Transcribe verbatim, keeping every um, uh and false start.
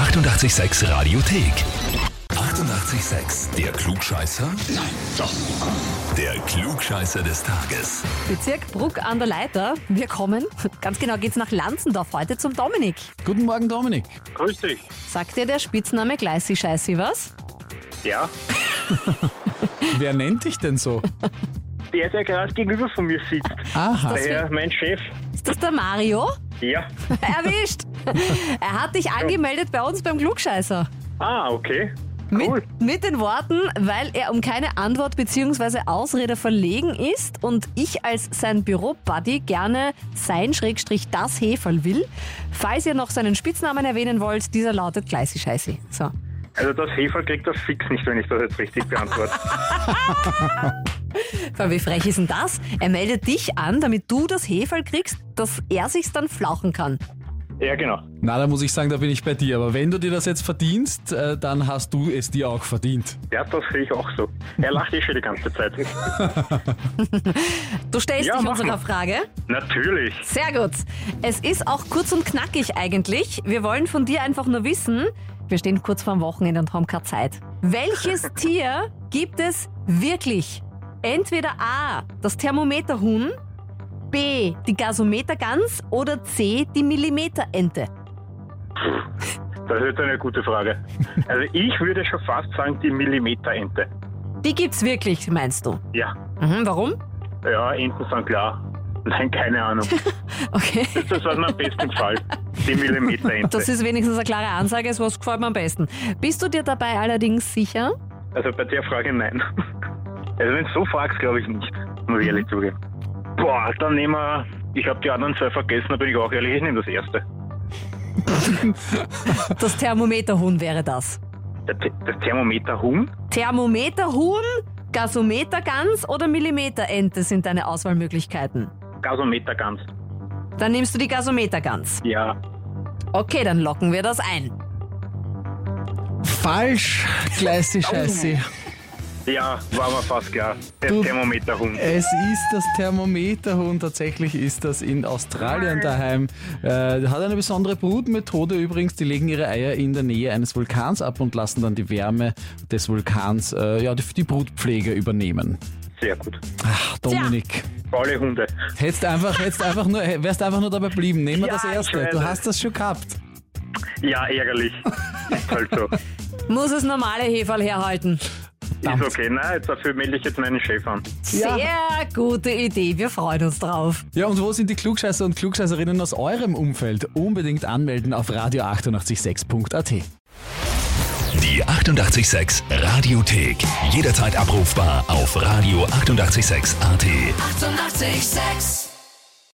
achtundachtzig Komma sechs Radiothek. achtundachtzig Komma sechs. Der Klugscheißer? Nein, doch. Der Klugscheißer des Tages. Bezirk Bruck an der Leiter. Wir kommen, ganz genau geht's nach Lanzendorf heute zum Dominik. Guten Morgen, Dominik. Grüß dich. Sagt dir der Spitzname Gleisi Scheißi was? Ja, Wer nennt dich denn so? der, der gerade gegenüber von mir sitzt. Aha. Der, mein Chef. Ist das der Mario? Ja. Erwischt! Er hat dich angemeldet bei uns beim Klugscheißer. Ah, okay. Mit, Cool. mit den Worten, weil er um keine Antwort bzw. Ausrede verlegen ist und ich als sein Büro-Buddy gerne sein Schrägstrich das Heferl will. Falls ihr noch seinen Spitznamen erwähnen wollt, dieser lautet Gleisi Scheißi. So. Also das Heferl kriegt das fix nicht, wenn ich das jetzt richtig beantworte. Aber wie frech ist denn das? Er meldet dich an, damit du das Heferl kriegst, dass er sich's dann flauchen kann. Ja, genau. Na, da muss ich sagen, da bin ich bei dir. Aber wenn du dir das jetzt verdienst, äh, dann hast du es dir auch verdient. Ja, das sehe ich auch so. Er lacht eh schon die ganze Zeit. Du stellst Ja, dich mach unserer mal. Frage. Natürlich. Sehr gut. Es ist auch kurz und knackig eigentlich. Wir wollen von dir einfach nur wissen, wir stehen kurz vorm Wochenende und haben keine Zeit. Welches Tier gibt es wirklich? Entweder A, das Thermometerhuhn, B, die Gasometergans oder C, die Millimeterente. Das ist jetzt eine gute Frage. Also ich würde schon fast sagen, die Millimeterente. Die gibt's wirklich, meinst du? Ja. Mhm, warum? Ja, Enten sind klar. Nein, keine Ahnung. Okay. Das war mir am besten gefallen. Die Millimeterente. Das ist wenigstens eine klare Ansage, was gefällt mir am besten. Bist du dir dabei allerdings sicher? Also bei der Frage nein. Also wenn du so fragst, glaube ich nicht. Muss ich ehrlich zugeben. Boah, dann nehmen wir... Ich habe die anderen zwei vergessen, da bin ich auch ehrlich, ich nehme das erste. Das Thermometerhuhn wäre das. Der Th- Das Thermometerhuhn? Thermometerhuhn, Gasometergans oder Millimeterente sind deine Auswahlmöglichkeiten. Gasometergans. Dann nimmst du die Gasometergans. Ja. Okay, dann locken wir das ein. Falsch, Gleisi Scheißi. Ja, war mir fast klar. Der Du- Thermometerhuhn. Es ist das Thermometerhuhn. Tatsächlich ist das in Australien daheim. Äh, hat eine besondere Brutmethode übrigens. Die legen ihre Eier in der Nähe eines Vulkans ab und lassen dann die Wärme des Vulkans, äh, ja, die, die Brutpflege übernehmen. Sehr gut. Ach, Dominik. Alle Hunde. Hättest einfach, hättest einfach nur, wärst einfach nur dabei geblieben. Nehmen wir Ja, das ich erste. weiß Du es. hast das schon gehabt. Ja, ärgerlich. Ist halt so. Muss es normale Heferl herhalten. Ist okay. Nein, jetzt dafür melde ich jetzt meinen Chef an. Ja. Sehr gute Idee, wir freuen uns drauf. Ja, und wo sind die Klugscheißer und Klugscheißerinnen aus eurem Umfeld? Unbedingt anmelden auf radio achtundachtzig Komma sechs Punkt at. Die achtundachtzig Komma sechs Radiothek. Jederzeit abrufbar auf radio achtundachtzig Komma sechs Punkt at. achtundachtzig Komma sechs